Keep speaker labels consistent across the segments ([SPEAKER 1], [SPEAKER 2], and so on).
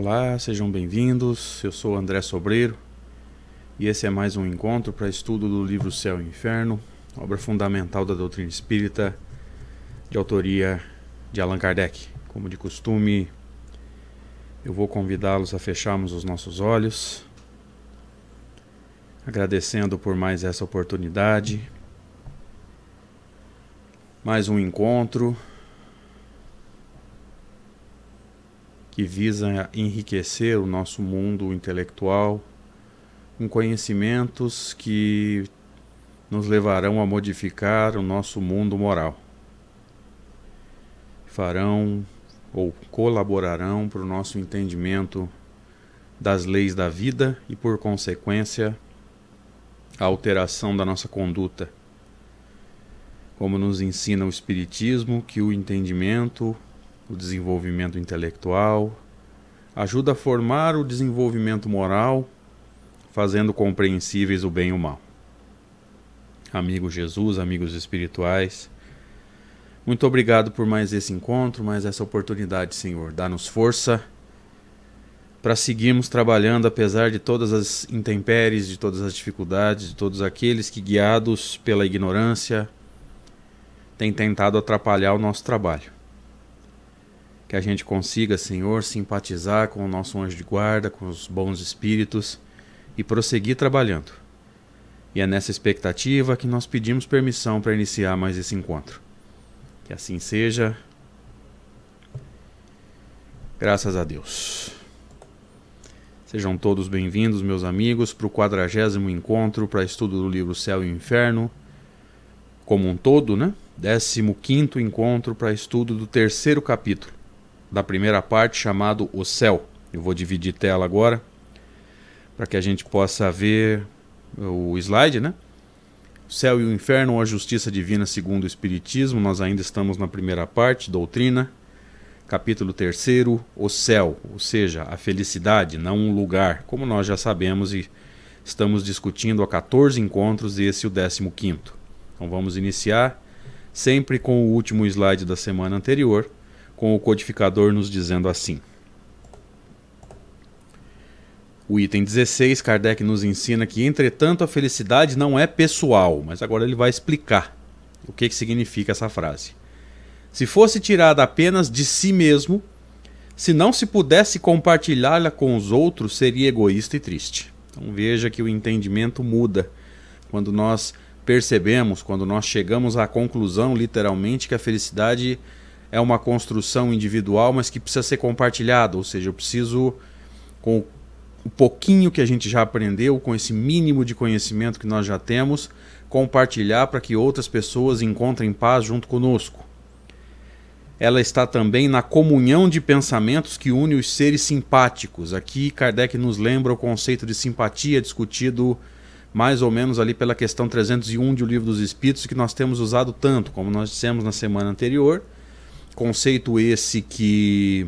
[SPEAKER 1] Olá, sejam bem-vindos. Eu sou André Sobreiro e esse é mais um encontro para estudo do livro Céu e Inferno, obra fundamental da doutrina espírita, de autoria de Allan Kardec. Como de costume, eu vou convidá-los a fecharmos os nossos olhos, agradecendo por mais essa oportunidade, mais um encontro que visa enriquecer o nosso mundo intelectual com conhecimentos que nos levarão a modificar o nosso mundo moral. Farão ou colaborarão para o nosso entendimento das leis da vida e, por consequência, a alteração da nossa conduta. Como nos ensina o Espiritismo, que o entendimento, o desenvolvimento intelectual, ajuda a formar o desenvolvimento moral, fazendo compreensíveis o bem e o mal. Amigo Jesus, amigos espirituais, muito obrigado por mais esse encontro, mais essa oportunidade, Senhor. Dá-nos força para seguirmos trabalhando, apesar de todas as intempéries, de todas as dificuldades, de todos aqueles que, guiados pela ignorância, têm tentado atrapalhar o nosso trabalho. Que a gente consiga, Senhor, simpatizar com o nosso anjo de guarda, com os bons espíritos e prosseguir trabalhando. E é nessa expectativa que nós pedimos permissão para iniciar mais esse encontro. Que assim seja. Graças a Deus. Sejam todos bem-vindos, meus amigos, para o 40º encontro para estudo do livro Céu e Inferno, como um todo, né? 15º encontro para estudo do 3º capítulo da primeira parte, chamado O Céu. Eu vou dividir tela agora, para que a gente possa ver o slide, né? O Céu e o Inferno, a Justiça Divina segundo o Espiritismo. Nós ainda estamos na primeira parte, Doutrina, capítulo 3º, O Céu, ou seja, a felicidade, não um lugar, como nós já sabemos e estamos discutindo há 14 encontros, esse o 15º. Então vamos iniciar sempre com o último slide da semana anterior, com o codificador nos dizendo assim. O item 16, Kardec nos ensina que, entretanto, a felicidade não é pessoal, mas agora ele vai explicar o que significa essa frase. Se fosse tirada apenas de si mesmo, se não se pudesse compartilhá-la com os outros, seria egoísta e triste. Então veja que o entendimento muda quando nós percebemos, quando nós chegamos à conclusão, literalmente, que a felicidade é uma construção individual, mas que precisa ser compartilhada. Ou seja, eu preciso, com o pouquinho que a gente já aprendeu, com esse mínimo de conhecimento que nós já temos, compartilhar para que outras pessoas encontrem paz junto conosco. Ela está também na comunhão de pensamentos que une os seres simpáticos. Aqui Kardec nos lembra o conceito de simpatia discutido mais ou menos ali pela questão 301 de O Livro dos Espíritos, que nós temos usado tanto, como nós dissemos na semana anterior. Conceito esse que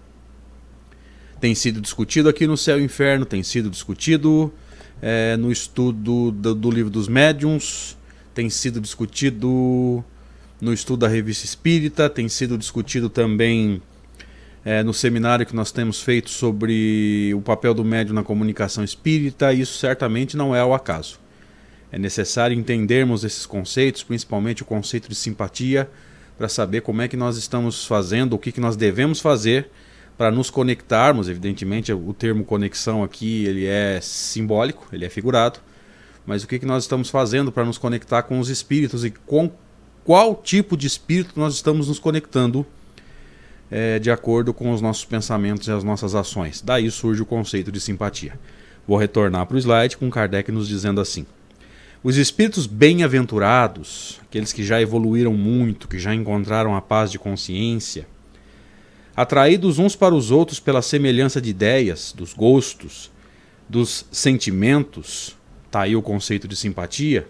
[SPEAKER 1] tem sido discutido aqui no Céu e Inferno, tem sido discutido no estudo do Livro dos Médiuns, tem sido discutido no estudo da Revista Espírita, tem sido discutido também no seminário que nós temos feito sobre o papel do médium na comunicação espírita. Isso certamente não é ao acaso. É necessário entendermos esses conceitos, principalmente o conceito de simpatia, para saber como é que nós estamos fazendo, o que nós devemos fazer para nos conectarmos. Evidentemente, o termo conexão aqui ele é simbólico, ele é figurado, mas o que nós estamos fazendo para nos conectar com os espíritos e com qual tipo de espírito nós estamos nos conectando de acordo com os nossos pensamentos e as nossas ações. Daí surge o conceito de simpatia. Vou retornar para o slide com Kardec nos dizendo assim. Os espíritos bem-aventurados, aqueles que já evoluíram muito, que já encontraram a paz de consciência, atraídos uns para os outros pela semelhança de ideias, dos gostos, dos sentimentos, está aí o conceito de simpatia,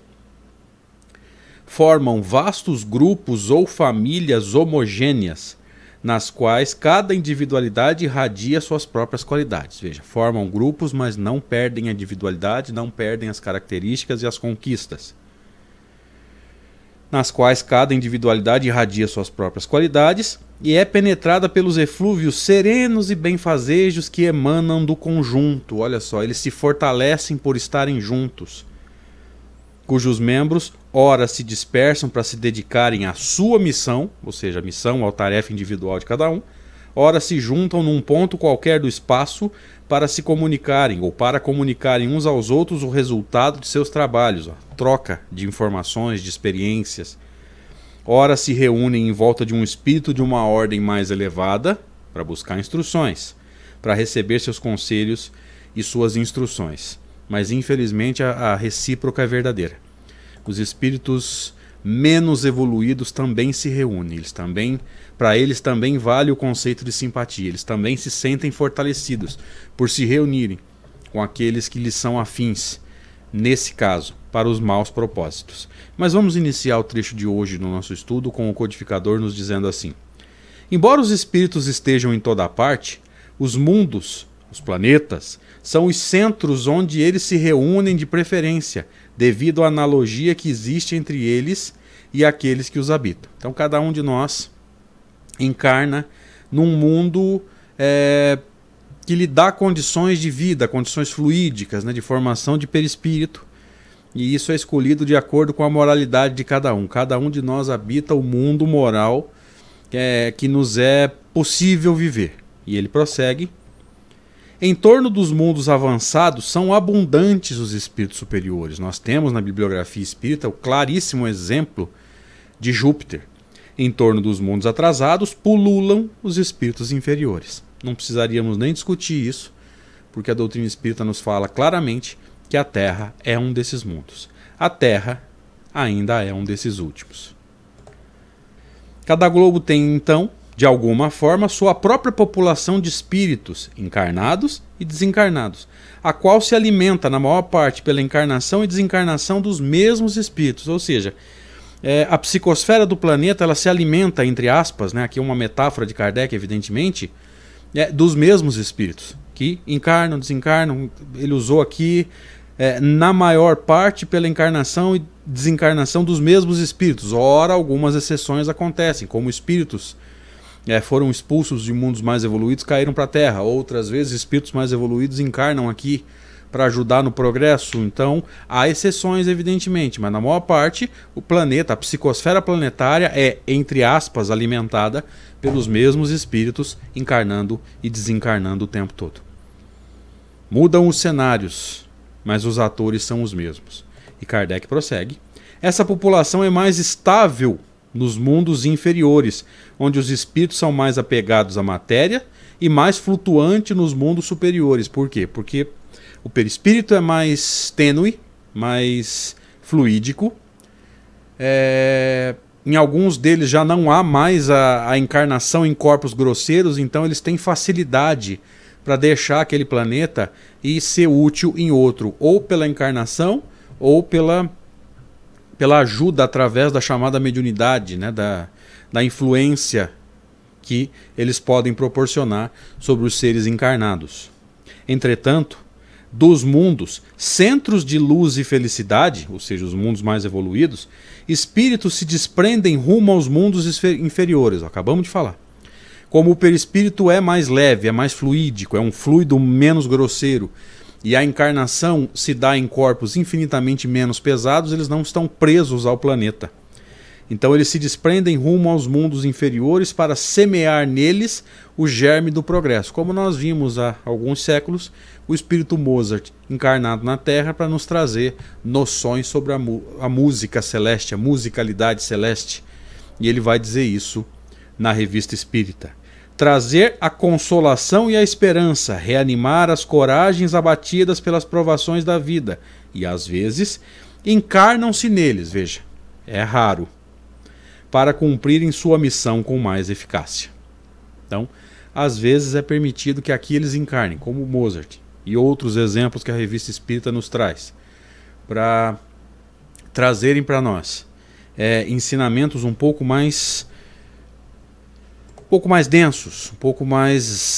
[SPEAKER 1] formam vastos grupos ou famílias homogêneas, nas quais cada individualidade irradia suas próprias qualidades. Veja, formam grupos, mas não perdem a individualidade, não perdem as características e as conquistas. nas quais cada individualidade irradia suas próprias qualidades e é penetrada pelos eflúvios serenos e benfazejos que emanam do conjunto. Olha só, eles se fortalecem por estarem juntos, cujos membros ora se dispersam para se dedicarem à sua missão, ou seja, a missão ou tarefa individual de cada um, ora se juntam num ponto qualquer do espaço para se comunicarem ou para comunicarem uns aos outros o resultado de seus trabalhos, troca de informações, de experiências. Ora se reúnem em volta de um espírito de uma ordem mais elevada para buscar instruções, para receber seus conselhos e suas instruções. Mas infelizmente a recíproca é verdadeira. Os espíritos menos evoluídos também se reúnem, para eles também vale o conceito de simpatia, eles também se sentem fortalecidos por se reunirem com aqueles que lhes são afins, nesse caso, para os maus propósitos. Mas vamos iniciar o trecho de hoje no nosso estudo com o codificador nos dizendo assim: embora os espíritos estejam em toda a parte, os mundos, os planetas, são os centros onde eles se reúnem de preferência, devido à analogia que existe entre eles e aqueles que os habitam. Então cada um de nós encarna num mundo que lhe dá condições de vida, condições fluídicas, né, de formação de perispírito, e isso é escolhido de acordo com a moralidade de cada um. Cada um de nós habita o mundo moral que nos é possível viver. E ele prossegue: em torno dos mundos avançados são abundantes os espíritos superiores. Nós temos na bibliografia espírita o claríssimo exemplo de Júpiter. Em torno dos mundos atrasados pululam os espíritos inferiores. Não precisaríamos nem discutir isso, porque a doutrina espírita nos fala claramente que a Terra é um desses mundos. A Terra ainda é um desses últimos. Cada globo tem, então, de alguma forma, sua própria população de espíritos encarnados e desencarnados, a qual se alimenta, na maior parte, pela encarnação e desencarnação dos mesmos espíritos. Ou seja, a psicosfera do planeta ela se alimenta, entre aspas, né, aqui uma metáfora de Kardec, evidentemente, dos mesmos espíritos, que encarnam, desencarnam. Ele usou aqui, na maior parte, pela encarnação e desencarnação dos mesmos espíritos. Ora, algumas exceções acontecem, como espíritos foram expulsos de mundos mais evoluídos, caíram para a Terra. Outras vezes, espíritos mais evoluídos encarnam aqui para ajudar no progresso. Então, há exceções, evidentemente, mas na maior parte, o planeta, a psicosfera planetária é, entre aspas, alimentada pelos mesmos espíritos encarnando e desencarnando o tempo todo. Mudam os cenários, mas os atores são os mesmos. E Kardec prossegue: essa população é mais estável nos mundos inferiores, onde os espíritos são mais apegados à matéria, e mais flutuante nos mundos superiores. Por quê? Porque o perispírito é mais tênue, mais fluídico. Em alguns deles já não há mais a encarnação em corpos grosseiros, então eles têm facilidade para deixar aquele planeta e ser útil em outro, ou pela encarnação, ou pela ajuda através da chamada mediunidade, né, da influência que eles podem proporcionar sobre os seres encarnados. Entretanto, dos mundos, centros de luz e felicidade, ou seja, os mundos mais evoluídos, espíritos se desprendem rumo aos mundos inferiores, acabamos de falar. Como o perispírito é mais leve, é mais fluídico, é um fluido menos grosseiro, e a encarnação se dá em corpos infinitamente menos pesados, eles não estão presos ao planeta. Então eles se desprendem rumo aos mundos inferiores para semear neles o germe do progresso. Como nós vimos há alguns séculos, o espírito Mozart encarnado na Terra para nos trazer noções sobre a música celeste, a musicalidade celeste. E ele vai dizer isso na Revista Espírita. Trazer a consolação e a esperança, reanimar as coragens abatidas pelas provações da vida. E às vezes encarnam-se neles, veja, é raro, para cumprirem sua missão com mais eficácia. Então, às vezes é permitido que aqui eles encarnem, como Mozart e outros exemplos que a Revista Espírita nos traz, para trazerem para nós ensinamentos um pouco mais densos, um pouco mais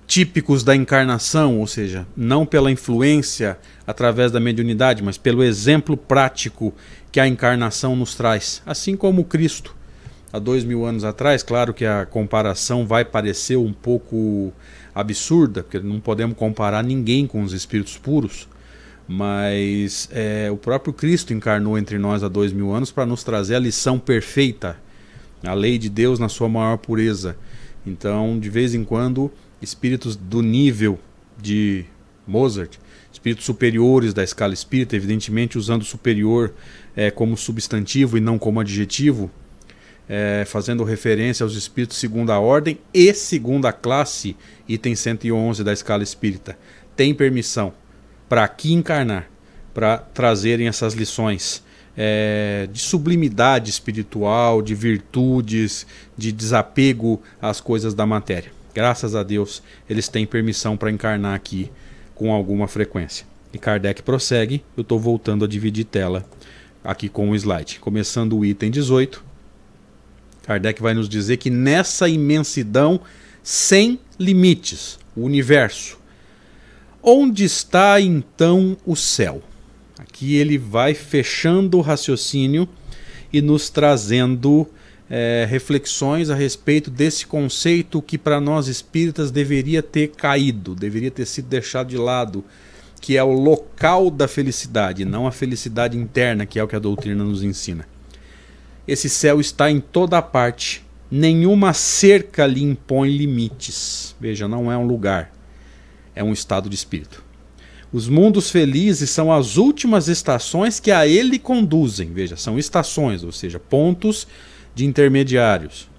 [SPEAKER 1] típicos da encarnação, ou seja, não pela influência através da mediunidade, mas pelo exemplo prático que a encarnação nos traz, assim como Cristo há 2000 anos atrás. Claro que a comparação vai parecer um pouco absurda, porque não podemos comparar ninguém com os espíritos puros, mas o próprio Cristo encarnou entre nós há 2000 anos para nos trazer a lição perfeita, a lei de Deus na sua maior pureza. Então, de vez em quando, espíritos do nível de Mozart, espíritos superiores da escala espírita, evidentemente usando superior como substantivo e não como adjetivo, fazendo referência aos espíritos segunda ordem e segunda classe, item 111 da escala espírita, tem permissão para aqui encarnar, para trazerem essas lições de sublimidade espiritual, de virtudes, de desapego às coisas da matéria. Graças a Deus, eles têm permissão para encarnar aqui com alguma frequência. E Kardec prossegue, eu estou voltando a dividir tela aqui com o slide. Começando o item 18, Kardec vai nos dizer que nessa imensidão sem limites, o universo, onde está então o céu? Aqui ele vai fechando o raciocínio e nos trazendo reflexões a respeito desse conceito que para nós espíritas deveria ter caído, deveria ter sido deixado de lado, que é o local da felicidade, não a felicidade interna, que é o que a doutrina nos ensina. Esse céu está em toda parte, nenhuma cerca lhe impõe limites. Veja, não é um lugar, é um estado de espírito. Os mundos felizes são as últimas estações que a ele conduzem. Veja, são estações, ou seja, pontos intermediários.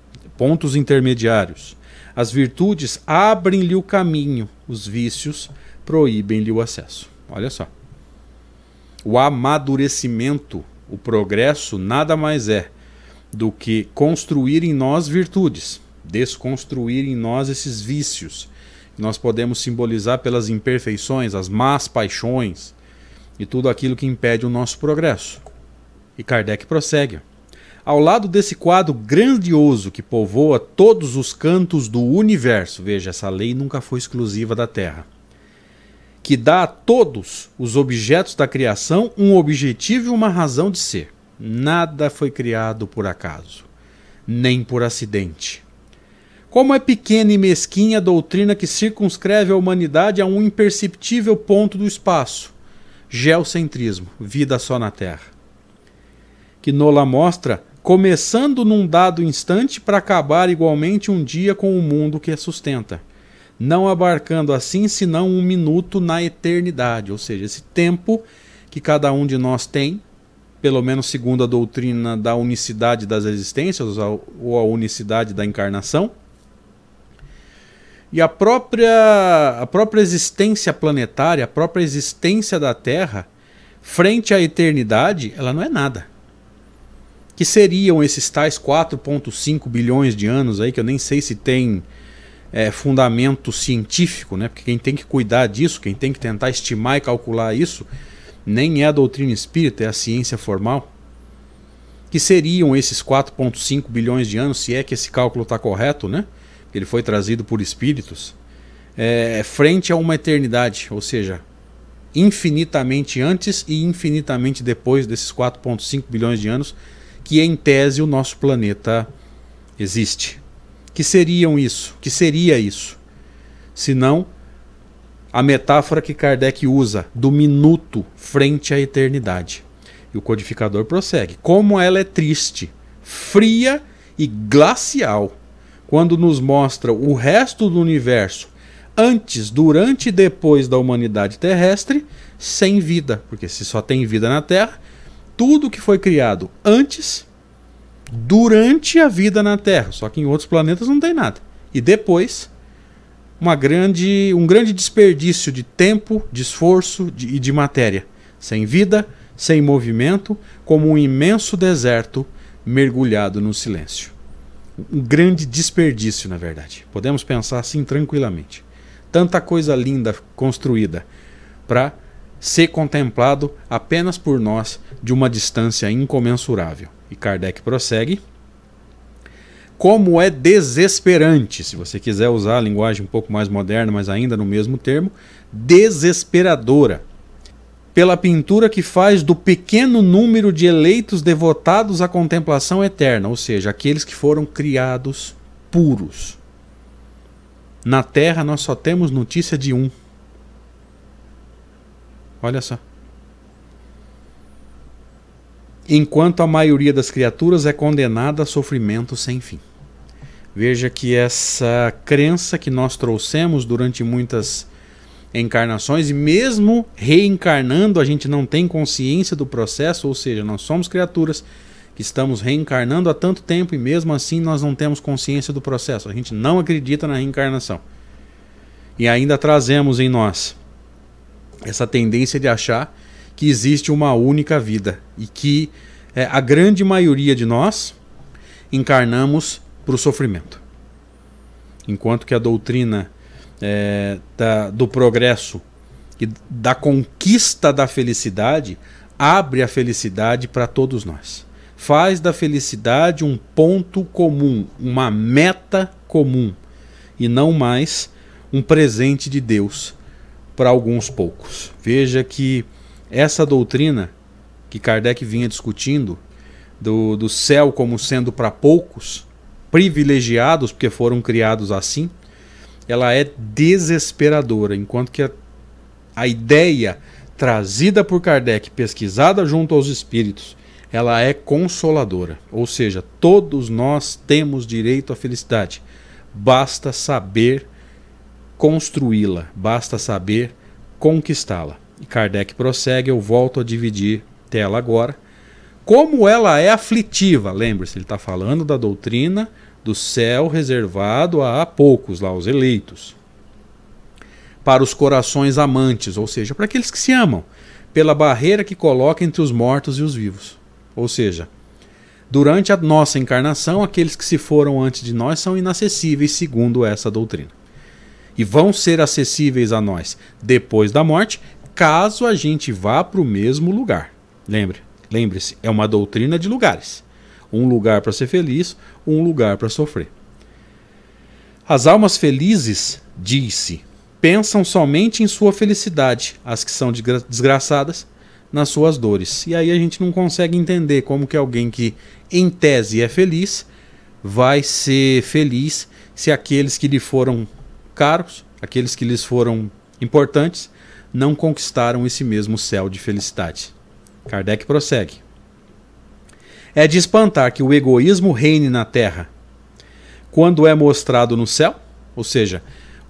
[SPEAKER 1] As virtudes abrem-lhe o caminho, os vícios proíbem-lhe o acesso. Olha só. O amadurecimento, o progresso, nada mais é do que construir em nós virtudes, desconstruir em nós esses vícios. Nós podemos simbolizar pelas imperfeições, as más paixões e tudo aquilo que impede o nosso progresso. E Kardec prossegue. Ao lado desse quadro grandioso que povoa todos os cantos do universo, veja, essa lei nunca foi exclusiva da Terra, que dá a todos os objetos da criação um objetivo e uma razão de ser. Nada foi criado por acaso, nem por acidente. Como é pequena e mesquinha a doutrina que circunscreve a humanidade a um imperceptível ponto do espaço, geocentrismo, vida só na Terra, que nola mostra começando num dado instante para acabar igualmente um dia com o mundo que a sustenta, não abarcando assim senão um minuto na eternidade, ou seja, esse tempo que cada um de nós tem, pelo menos segundo a doutrina da unicidade das existências ou a unicidade da encarnação. E a própria existência planetária, a própria existência da Terra, frente à eternidade, ela não é nada. Que seriam esses tais 4,5 bilhões de anos aí, que eu nem sei se tem fundamento científico, né? Porque quem tem que cuidar disso, quem tem que tentar estimar e calcular isso, nem é a doutrina espírita, é a ciência formal. Que seriam esses 4,5 bilhões de anos, se é que esse cálculo está correto, né? Ele foi trazido por espíritos, frente a uma eternidade, ou seja, infinitamente antes e infinitamente depois desses 4,5 bilhões de anos, que em tese o nosso planeta existe. Que seriam isso? Que seria isso? Senão a metáfora que Kardec usa do minuto frente à eternidade. E o codificador prossegue. Como ela é triste, fria e glacial, quando nos mostra o resto do universo antes, durante e depois da humanidade terrestre, sem vida. Porque se só tem vida na Terra, tudo que foi criado antes, durante a vida na Terra, só que em outros planetas não tem nada. E depois, um grande desperdício de tempo, de esforço e de matéria. Sem vida, sem movimento, como um imenso deserto mergulhado no silêncio. Um grande desperdício, na verdade. Podemos pensar assim tranquilamente. Tanta coisa linda construída para ser contemplado apenas por nós de uma distância incomensurável. E Kardec prossegue. como é desesperante, se você quiser usar a linguagem um pouco mais moderna, mas ainda no mesmo termo, desesperadora, pela pintura que faz do pequeno número de eleitos devotados à contemplação eterna, ou seja, aqueles que foram criados puros. Na Terra nós só temos notícia de um. Olha só. Enquanto a maioria das criaturas é condenada a sofrimento sem fim. Veja que essa crença que nós trouxemos durante muitas encarnações, e mesmo reencarnando, a gente não tem consciência do processo, ou seja, nós somos criaturas que estamos reencarnando há tanto tempo e mesmo assim nós não temos consciência do processo. A gente não acredita na reencarnação. E ainda trazemos em nós essa tendência de achar que existe uma única vida e que a grande maioria de nós encarnamos para o sofrimento. Enquanto que a doutrina do progresso e da conquista da felicidade abre a felicidade para todos nós. Faz da felicidade um ponto comum, uma meta comum, e não mais um presente de Deus para alguns poucos. Veja que essa doutrina que Kardec vinha discutindo, do céu como sendo para poucos, privilegiados porque foram criados assim, ela é desesperadora, enquanto que a ideia trazida por Kardec, pesquisada junto aos espíritos, ela é consoladora. Ou seja, todos nós temos direito à felicidade. Basta saber construí-la, basta saber conquistá-la. E Kardec prossegue, eu volto a dividir tela agora. Como ela é aflitiva, lembre-se, ele está falando da doutrina do céu reservado a poucos, lá, os eleitos. Para os corações amantes, ou seja, para aqueles que se amam, pela barreira que coloca entre os mortos e os vivos. Ou seja, durante a nossa encarnação, aqueles que se foram antes de nós são inacessíveis segundo essa doutrina. E vão ser acessíveis a nós depois da morte, caso a gente vá para o mesmo lugar. Lembre-se, é uma doutrina de lugares. Um lugar para ser feliz, um lugar para sofrer. As almas felizes, diz-se, pensam somente em sua felicidade, as que são desgraçadas nas suas dores. E aí a gente não consegue entender como que alguém que em tese é feliz vai ser feliz se aqueles que lhe foram caros, aqueles que lhes foram importantes, não conquistaram esse mesmo céu de felicidade. Kardec prossegue. É de espantar que o egoísmo reine na Terra quando é mostrado no céu, ou seja,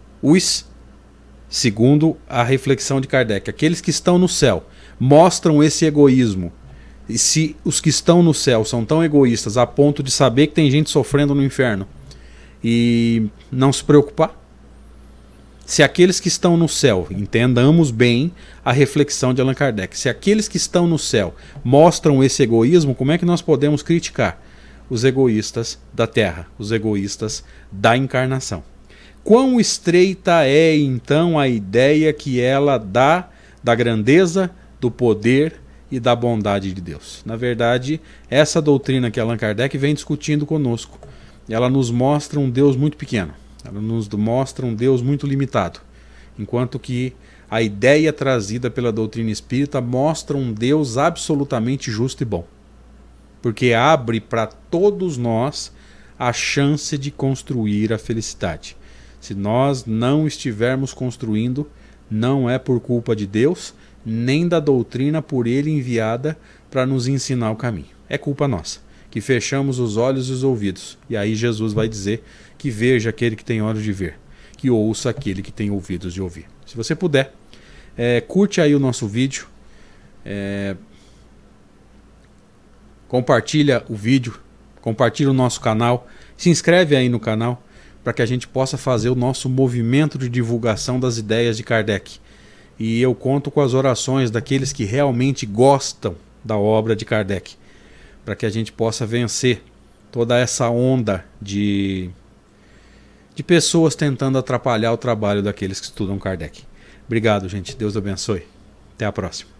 [SPEAKER 1] segundo a reflexão de Kardec, aqueles que estão no céu mostram esse egoísmo. E se os que estão no céu são tão egoístas a ponto de saber que tem gente sofrendo no inferno e não se preocupar, se aqueles que estão no céu, entendamos bem a reflexão de Allan Kardec, se aqueles que estão no céu mostram esse egoísmo, como é que nós podemos criticar os egoístas da Terra, os egoístas da encarnação? Quão estreita é então a ideia que ela dá da grandeza, do poder e da bondade de Deus? Na verdade, essa doutrina que Allan Kardec vem discutindo conosco, ela nos mostra um Deus muito pequeno. Ela nos mostra um Deus muito limitado, enquanto que a ideia trazida pela doutrina espírita mostra um Deus absolutamente justo e bom, porque abre para todos nós a chance de construir a felicidade. Se nós não estivermos construindo, não é por culpa de Deus, nem da doutrina por ele enviada para nos ensinar o caminho. É culpa nossa, que fechamos os olhos e os ouvidos. E aí Jesus vai dizer que veja aquele que tem olhos de ver, que ouça aquele que tem ouvidos de ouvir. Se você puder, curte aí o nosso vídeo, compartilha o vídeo, compartilha o nosso canal, se inscreve aí no canal para que a gente possa fazer o nosso movimento de divulgação das ideias de Kardec. E eu conto com as orações daqueles que realmente gostam da obra de Kardec, para que a gente possa vencer toda essa onda de pessoas tentando atrapalhar o trabalho daqueles que estudam Kardec. Obrigado, gente. Deus abençoe. Até a próxima.